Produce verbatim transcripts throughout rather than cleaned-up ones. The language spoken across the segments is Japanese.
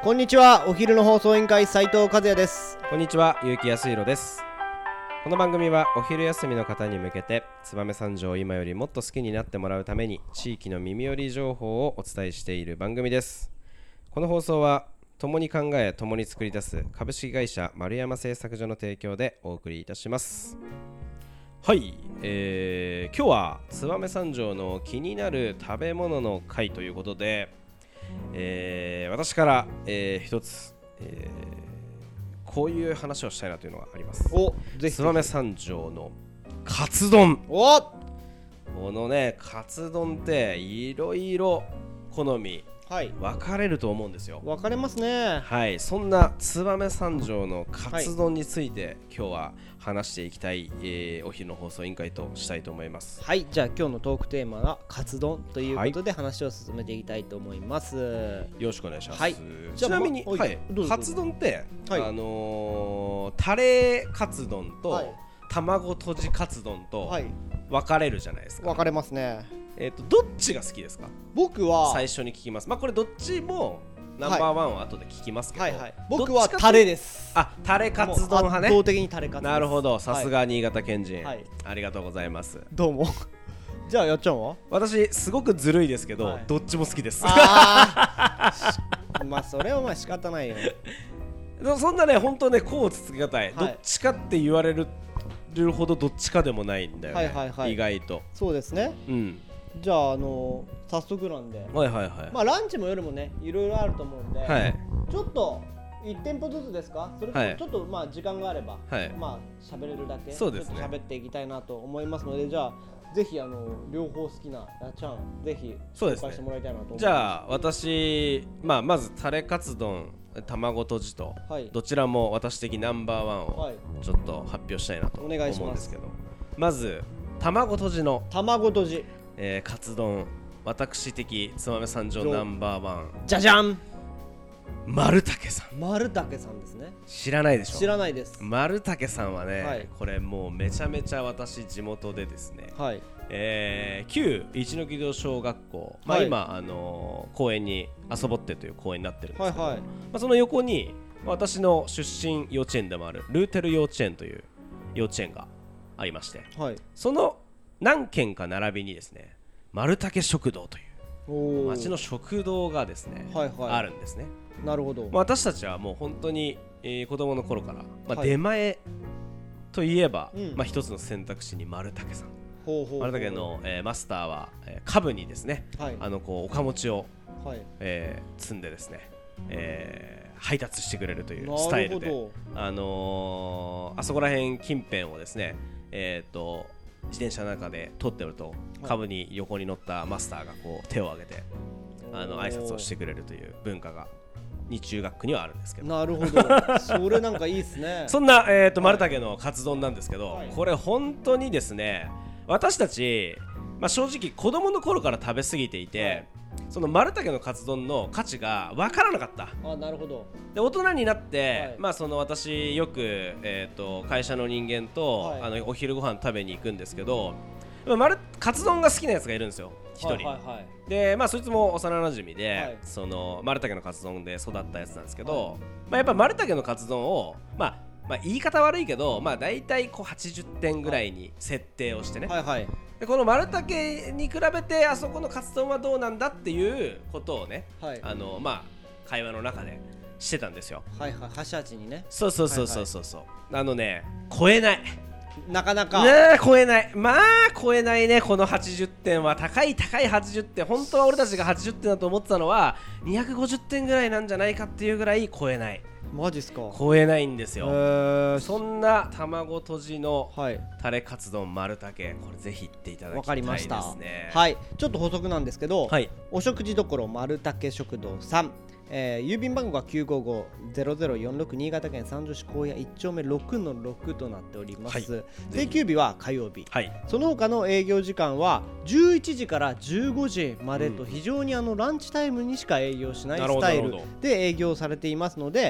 こんにちは。お昼の放送委員会斉藤和也です。 こんにちは、結城康弘です。この番組はお昼休みの方に向けて燕三条を今よりもっと好きになってもらうために地域の耳寄り情報をお伝えしている番組です。この放送は共に考え共に作り出す株式会社丸山製作所の提供でお送りいたします。はい、えー、今日は燕三条の気になる食べ物の会ということで、えー、私から、えー、一つ、えー、こういう話をしたいなというのがあります。 お、ぜひ燕三条のカツ丼。 おこのね、カツ丼っていろいろ好みはい分かれると思うんですよ。 分かれますね。 はい、そんな燕三条のカツ丼について、はい、今日は話していきたい、えー、お昼の放送委員会としたいと思います。 はい、じゃあ今日のトークテーマはカツ丼ということで話を進めていきたいと思います、はい、 よろしくお願いします、 はい、 ちなみに、はい、カツ丼って、はい、あのー、タレカツ丼と、はい、卵とじカツ丼と分かれるじゃないですか。 分かれますね。 えーと、どっちが好きですか？ 僕は最初に聞きます。まあこれどっちもナンバーワンは後で聞きますけど、 はいはいはい、僕はタレです。 あ、タレカツ丼派ね。 圧倒的にタレカツです。 なるほど、さすが新潟県人、 はい、 ありがとうございます。 どうもじゃあやっちゃんは？ 私すごくずるいですけど、はい、どっちも好きです。 あまあそれはまあ仕方ないよ。 そんなね、本当ね、こうつつけがたい、はい、どっちかって言われるほどどっちかでもないんだよね、はいはいはい、意外と。 そうですね、うん。じゃあ、あのー、早速なんで、 はいはいはい、 まあランチも夜もね、いろいろあると思うんで、はい、ちょっといち店舗ずつですか？それともちょっとまあ時間があれば、はい、まあ喋れるだけそうですね、ちょっと喋っていきたいなと思いますので、じゃあぜひあの両方好きなやちゃん、ぜひ紹介してもらいたいなと思います。 じゃあ私、まあ、まずタレカツ丼、卵とじと、はい、どちらも私的ナンバーワンをちょっと発表したいなと思うんですけど、まず卵とじの卵とじ、 えー、カツ丼、私的燕三条ナンバーワン、 じゃじゃん、 丸武さん。 丸武さんですね。 知らないでしょ？ 知らないです。 丸武さんはね、はい、これもうめちゃめちゃ私地元でですね、はい、えー、旧一ノ木戸小学校、まあ、今、はい、あのー、公園に遊ぼってという公園になってるんですけど、はいはい、まあ、その横に私の出身幼稚園でもあるルーテル幼稚園という幼稚園がありまして、はい、その何軒か並びにですね、丸武食堂という町の食堂がですね、はいはい、あるんですね。 なるほど。 まあ、私たちはもう本当に、えー、子供の頃から、まあ、出前といえば、はい、まあ、一つの選択肢に丸武さん、ほうほうほう、丸武の、えー、マスターは、えー、株にですね、はい、あのこうおかもちを、はい、えー、積んでですね、えー、配達してくれるというスタイルで、あのー、あそこら辺近辺をですね、えー、と自転車の中で通ってると、株に横に乗ったマスターがこう手を挙げてあの挨拶をしてくれるという文化が日中学区にはあるんですけど。 なるほどそれなんかいいですね。 そんな、えー、と丸武のカツ丼なんですけど、はい、これ本当にですね、私たち、まあ、正直子供の頃から食べ過ぎていて、はい、その丸武のカツ丼の価値が分からなかった。 あ、なるほど。で大人になって、はい、まあ、その私よく、えー、と会社の人間と、はい、あのお昼ご飯食べに行くんですけど、丸カツ丼が好きなやつがいるんですよ、一人、はいはいはい、で、まあ、そいつも幼馴染で、はい、その丸武のカツ丼で育ったやつなんですけど、はい、まあ、やっぱ丸武のカツ丼を、まあまあ、言い方悪いけど、まあ、大体こうはちじゅってんぐらいに設定をしてね、はいはいはい、でこの丸武に比べてあそこのカツ丼はどうなんだっていうことをね、はい、あのまあ、会話の中でしてたんですよ。 はいはい、はちはちにね。 そうそうそうそうそうそう、はいはい、あのね、超えない、 なかなかね、超えない、まあ超えないね。このはちじゅってんは高い高いはちじゅってん、本当は俺たちがはちじゅってんだと思ってたのはにひゃくごじゅってんぐらいなんじゃないかっていうぐらい超えない。 マジっすか？ 超えないんですよ。そんな卵とじのタレカツ丼丸武、これぜひ行っていただきたいですね。わかりました。 はい、ちょっと補足なんですけど、はい、お食事処丸武食堂さん、えー、郵便番号が きゅうごごゼロゼロよんろく 新潟県三条市高野いち丁目ろくのろくとなっております、はい、定休日は火曜日、はい、その他の営業時間はじゅういちじからじゅうごじまでと非常にあのランチタイムにしか営業しないスタイルで営業されていますので、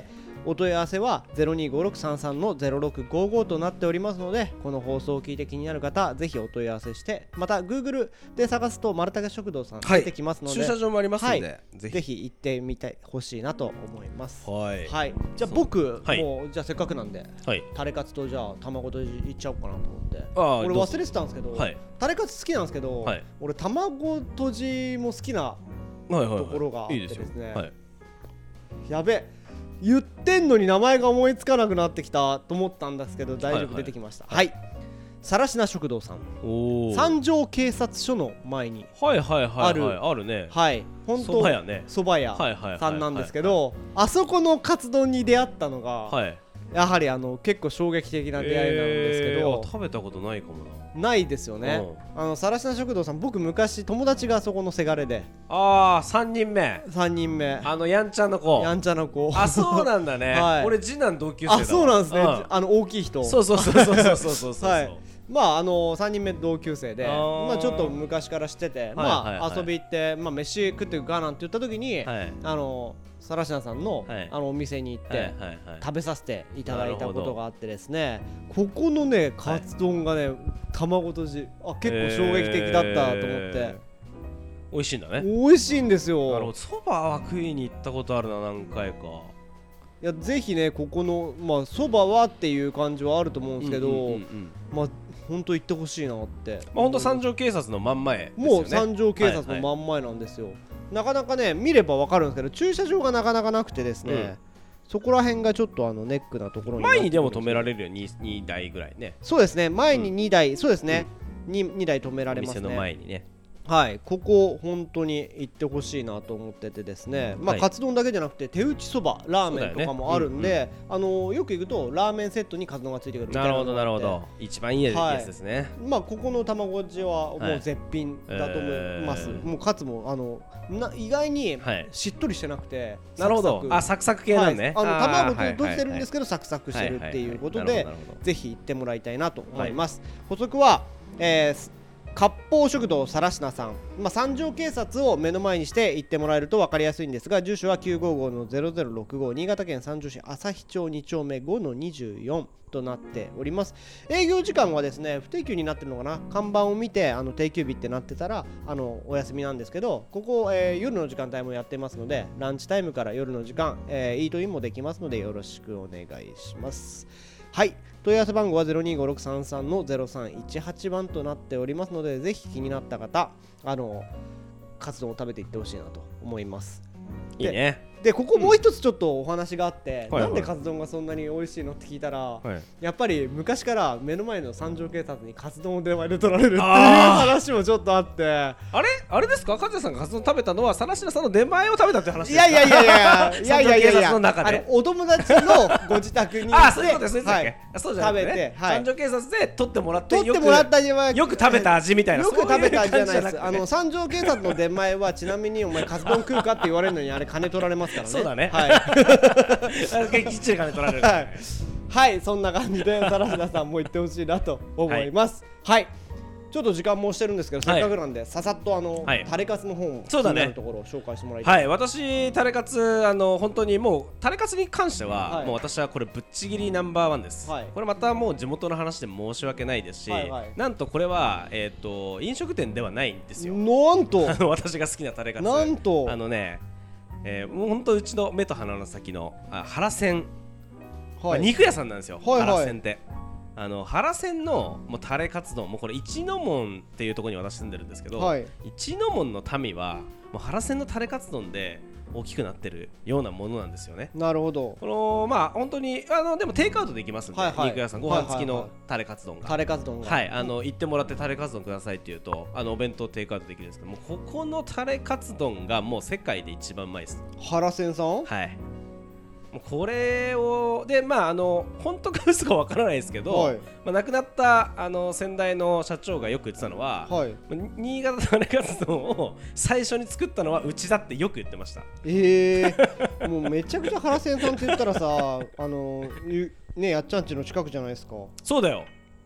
お問い合わせは ゼロにーごろくさんさんのゼロろくごご となっておりますので、この放送を聞いて気になる方ぜひお問い合わせして、また Google で探すと丸竹食堂さん出てきますので、 はい、駐車場もありますので、はい、 ぜひぜひ行ってみてほしいなと思います。 はい、 はい、じゃあ僕、 はい、 もうじゃあせっかくなんで、はい、タレカツとじゃあ卵とじいっちゃおうかなと思って。 あ俺忘れてたんですけど、 はい、 タレカツ好きなんですけど、はい、俺卵とじも好きなところがあってですね、はいはいはい、やべ言ってんのに名前が思いつかなくなってきたと思ったんですけど、大丈夫、出てきました。はい、さらしな食堂さん、三条警察署の前にある、 はいはいはいはい、あるね、 はい、本当そば屋ね、 そば屋さんなんですけど、あそこのカツ丼に出会ったのが、はい、やはりあの結構衝撃的な出会いなんですけど、 えー、食べたことないかもな。 ないですよね。あのさらしな食堂さん、僕昔友達がそこのせがれで、 ああさんにんめさんにんめ、 あのやんちゃな子、 やんちゃな子、 あそうなんだね、はい、俺次男同級生だわ。 あそうなんですね、うん、あの大きい人、 そうそうそうそうそうそうそう、はい、 まああのさんにんめ同級生で、まあちょっと昔から知ってて、まあ、はいはいはい、遊び行って、まあ飯食っていくかなんて言った時に、はい、あのさらしなさん の,、はい、あのお店に行って、はいはいはい、食べさせていただいたことがあってですね、ここのねカツ丼がね、はい、卵とじ、あ結構衝撃的だったと思って、えー、美味しいんだね。 美味しいんですよ。 なるほど、そばは食いに行ったことあるな、何回か。 いやぜひね、ここのまあそばはっていう感じはあると思うんですけど、うんうんうんうん、まあ本当行ってほしいなって。 まあ本当三条警察の真ん前ですよね。 もう三条警察の真ん前なんですよ。はいはい、なかなかね見れば分かるんですけど、駐車場がなかなかなくてですね、うん、そこら辺がちょっとあのネックなところになってるんですよ。 前にでも止められるよ、 2, 2台ぐらいね。 そうですね、前ににだい、うん、そうですね、うん、2, にだい止められますね。 店の前にね。 はい、ここ本当に行ってほしいなと思っててですね、まあ、カツ丼だけじゃなくて手打ちそば、ラーメンとかもあるんで、ね、うんうん、あのよく行くとラーメンセットにカツ丼がついてくるみたいな。 なるほどなるほど、一番いいやつですね。はい、まあここの卵味はもう絶品だと思います。はい、えー、もうカツもあのな意外にしっとりしてなくて、はい、 なるほど、あサクサク系なんね。 はい、あの卵と閉じてるんですけどサクサクしてるっていうことで、ぜひ行ってもらいたいなと思います。はい、補足は、えー割烹食堂さらしなさん、まあ、三条警察を目の前にして行ってもらえると分かりやすいんですが、住所はきゅうごごのゼロゼロろくご、新潟県三条市旭町に丁目ごのにじゅうよんとなっております。営業時間はですね不定休になってるのかな、看板を見てあの定休日ってなってたらあのお休みなんですけど、ここ、えー、夜の時間帯もやってますので、ランチタイムから夜の時間、えー、イートインもできますのでよろしくお願いします。はい、問い合わせ番号は ゼロにーごろくさんさんのゼロさんいちはち 番となっておりますので、ぜひ気になった方、あのカツ丼を食べていってほしいなと思います。 いいね。 でここもう一つちょっとお話があって、うん、なんでカツ丼がそんなに美味しいのって聞いたら、はい、やっぱり昔から目の前の三条警察にカツ丼を出前で取られるっていう話もちょっとあって、あれあれですか、梶田さんがカツ丼食べたのはさらしなさんの出前を食べたって話ですか。 いやいやいやいやいやいやいやいやいや、 の中であのお友達のご自宅にあそういうことですね、はい、そうじゃなくて、ね、 食べて、はい、 三条警察で取ってもらって取ってもらった出前よく食べた味みたいな、 よく食べた味じゃないです。あの三条警察の出前はちなみにお前カツ丼食うかって言われるのにあれ金取られますからね。 そうだね、 はいきっちり金取られる、 はい、はい、そんな感じでさらしなさんも言ってほしいなと思います。はい、はい、ちょっと時間もしてるんですけど、はい、せっかくなんでささっとあの、はい、タレカツの本を気になるところを紹介してもらいたい。 はい、私タレカツあの本当にもうタレカツに関しては、はい、もう私はこれぶっちぎりナンバーワンです。はい、これまたもう地元の話で申し訳ないですし、はいはい、なんとこれはえっ、ー、と飲食店ではないんですよ。 なんとあの私が好きなタレカツ、 なんとあのね。えー、もう本当うちの目と鼻の先のあ原鮮、はい、まあ、肉屋さんなんですよ、はいはい、原鮮ってあの原鮮のもうタレカツ丼、もうこれ一の門っていうところに私住んでるんですけど、はい、一の門の民はもう原鮮のタレカツ丼で大きくなってるようなものなんですよね。 なるほど。 このまあ本当にあのでもテイクアウトできますんで、はいはい、肉屋さんご飯付きのタレカツ丼が、 タレカツ丼が、 はい、あの行ってもらってタレカツ丼くださいっていうとあのお弁当テイクアウトできるんですけども、ここのタレカツ丼がもう世界で一番うまいです。 原鮮さん、 はい、もうこれをでまああの本当か嘘かわからないですけど、はい、まあ、亡くなったあの先代の社長がよく言ってたのは、はい、新潟タレカツ丼を最初に作ったのはうちだってよく言ってました。 えー、もうめちゃくちゃ原鮮さんって言ったらさあのねやっちゃんちの近くじゃないですか。 そうだよ、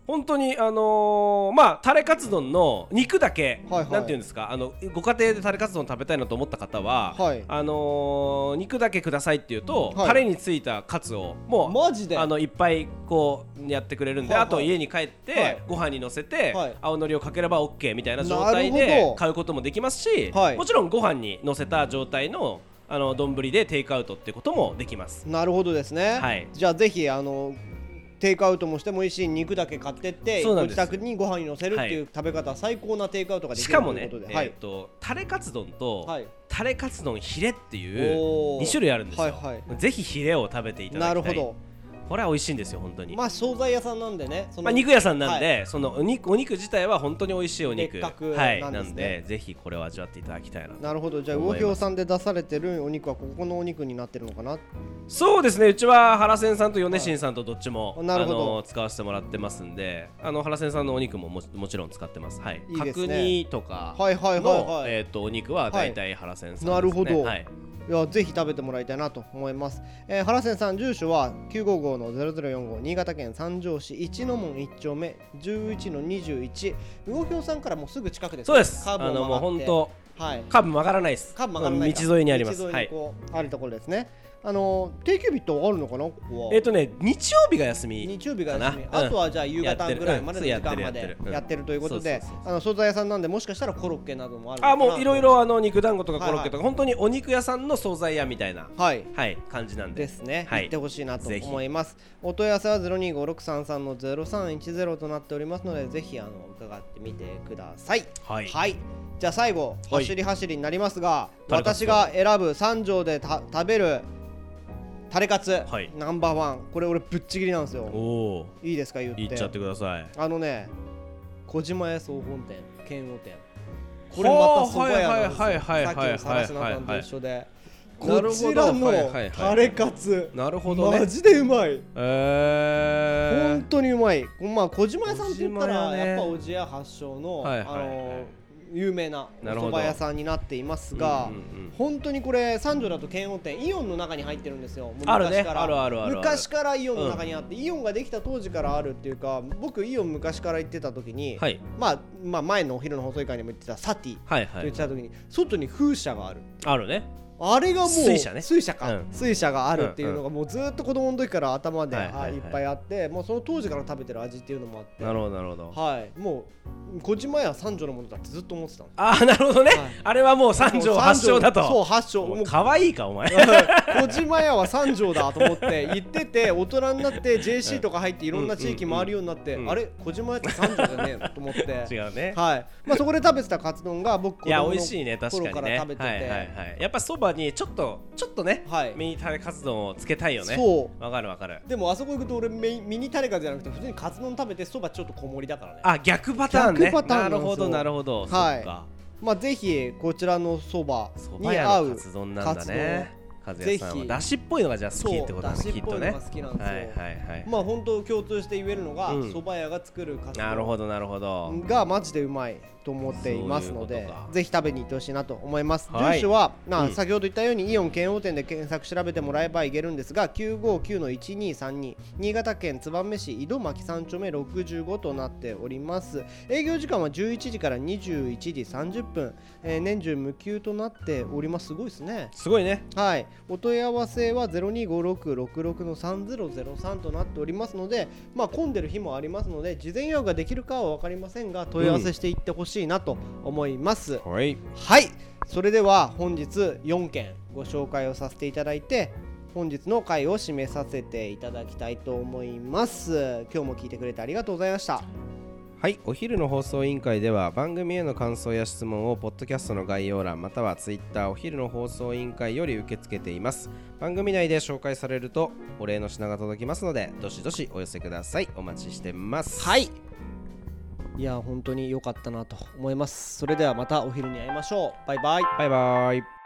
本当にあのー、まあタレカツ丼の肉だけ、はいはい、なんていうんですか、あのご家庭でタレカツ丼食べたいなと思った方は、はい、あのー、肉だけくださいっていうと、はい、タレについたカツをもうマジであのいっぱいこうやってくれるんで、はいはい、あと家に帰って、はい、ご飯にのせて、はい、青のりをかければ OK みたいな状態で買うこともできますし、はい、もちろんご飯にのせた状態のあの丼でテイクアウトってこともできます。 なるほどですね、はい、じゃあぜひあのテイクアウトもしてもいいし、肉だけ買ってってご自宅にご飯にのせるっていう食べ方は最高なテイクアウトができるということで、しかもね、はい、えーとタレカツ丼と、はい、タレカツ丼ヒレっていうに種類あるんですよ、はいはい、ぜひヒレを食べていただきたい。なるほど、これは美味しいんですよ本当に。 まあ惣菜屋さんなんでね、その、 まあ、肉屋さんなんで、はい、そのお 肉, お肉自体は本当に美味しいお肉なんですね、 はい、なんでぜひこれを味わっていただきたいなと。 なるほど、じゃあ魚評さんで出されてるお肉はここのお肉になってるのかな。 そうですね、うちは原仙さんと米新さんとどっちも、はい、あの使わせてもらってますんで、あの原仙さんのお肉も も, もちろん使ってます。はい、いいですね、角煮とかの、はいはいはいはい、えー、とお肉はだいたい原仙さんですね、 はい、なるほど、 はい、 いやぜひ食べてもらいたいなと思います、えー、原仙さん住所はきゅうごごのゼロゼロよんご新潟県三条市一の門一丁目じゅういちのにじゅういち、魚評さんからもうすぐ近くです、ね、 そうです、 カーブを曲がって、 あのもう本当、はい、カーブ曲がらないです。 カーブ曲がらない道沿いにあります。 道沿いにこう、はい、あるところですね。あの定休日ってあるのかな、ここは。 えっ、ー、とね日曜日が休み、 日曜日が休み、あとはじゃあ夕方ぐらいまでの時間までやってるということで、あの惣菜屋さんなんでもしかしたらコロッケなどもあるのかな。 あ、もういろいろあの肉団子とかコロッケとか、はいはい、本当にお肉屋さんの惣菜屋みたいな、はいはい、感じなんでですね、 はい、 行ってほしいなと思います。お問い合わせはゼロにごろくさんさんのゼロさんいちゼロとなっておりますので、ぜひあの伺ってみてください。はい、はい、じゃあ最後、はい、走り走りになりますが、私が選ぶ三条でた食べるタレカツ、はい、ナンバーワン、これ俺ぶっちぎりなんですよ。おいいですか、言って言っちゃってください。 あのね、小島屋総本店剣王店、これまたそば屋なんですよ。さっきのさらしなさんと一緒で、こちらのタレカツ、 なるほどね、 マジでうまい、 えー、 本当にうまい。まあ小島屋さんって言ったら、ね、やっぱおじや発祥の、はいはいはい、あのー有名なお蕎麦屋さんになっていますが、うんうんうん、本当にこれ三条だと剣王店イオンの中に入ってるんですよ。 あるね、あるあるある、 昔からイオンの中にあって、うん、イオンができた当時からあるっていうか、僕イオン昔から行ってた時に、はい、まあ、まあ前のお昼の放送会にも言ってたサティと言ってた時に、外に風車があるあるね、 あれがもう水車ね、 水車か、うん、水車があるっていうのがもうずっと子供の時から頭で、はいはいはい、いっぱいあって、もうその当時から食べてる味っていうのもあって、 なるほどなるほど、 はい、もう小島屋三条のものだってずっと思ってたの。 ああ、なるほどね、はい、あれはもう三条発祥だと。 そう、発祥。 もう可愛いかお前小島屋は三条だと思って行ってて、大人になって ジェーシー とか入っていろんな地域回るようになって、うんうんうん、あれ小島屋って三条じゃねえと思って違うね、 はい、まあ、そこで食べてたカツ丼が僕子供の頃から食べてて、 いや美味しいね、確かにね、はいはいはい、やっぱそばにちょっとちょっとね、はい、ミニタレカツ丼をつけたいよね。そう、わかるわかる。 でもあそこ行くと俺ミニタレカツじゃなくて普通にカツ丼食べて、そばちょっと小盛りだからね。 あ、逆パターンね。 逆パターンなんですよ。 なるほどなるほど、はい、そっか。 まあぜひこちらのそばに合うカツ丼なんだね。和也さんはだしっぽいのがじゃあ好きってことだね、きっとね。 だしっぽいのが好きなんですよ。はいはいはい。まあ本当共通して言えるのが、そば屋が作るカツ丼。 なるほどなるほど。 がマジでうまいと思っていますので、ぜひ食べに行ってほしいなと思います。住所は、まあ先ほど言ったようにイオン剣王店で検索調べてもらえばいけるんですが、きゅうごきゅうのいちにさんに、新潟県燕市井戸巻さん丁目ろくじゅうごとなっております。営業時間はじゅういちじからにじゅういちじさんじゅっぷん、えー、年中無休となっております。すごいですね。 すごいね。 はい。お問い合わせはゼロにごろくろくろくのさんぜろぜろさんとなっておりますので、まあ混んでる日もありますので、事前予約ができるかは分かりませんが、問い合わせしていってほしいなと思います、うん、はい、はい、それでは本日よんけんご紹介をさせていただいて、本日の回を締めさせていただきたいと思います。今日も聞いてくれてありがとうございました。 はい、お昼の放送委員会では番組への感想や質問をポッドキャストの概要欄またはツイッターお昼の放送委員会より受け付けています。番組内で紹介されるとお礼の品が届きますので、どしどしお寄せください。お待ちしてます。 はい、いや本当に良かったなと思います。それではまたお昼に会いましょう。バイバイ。 バイバイ。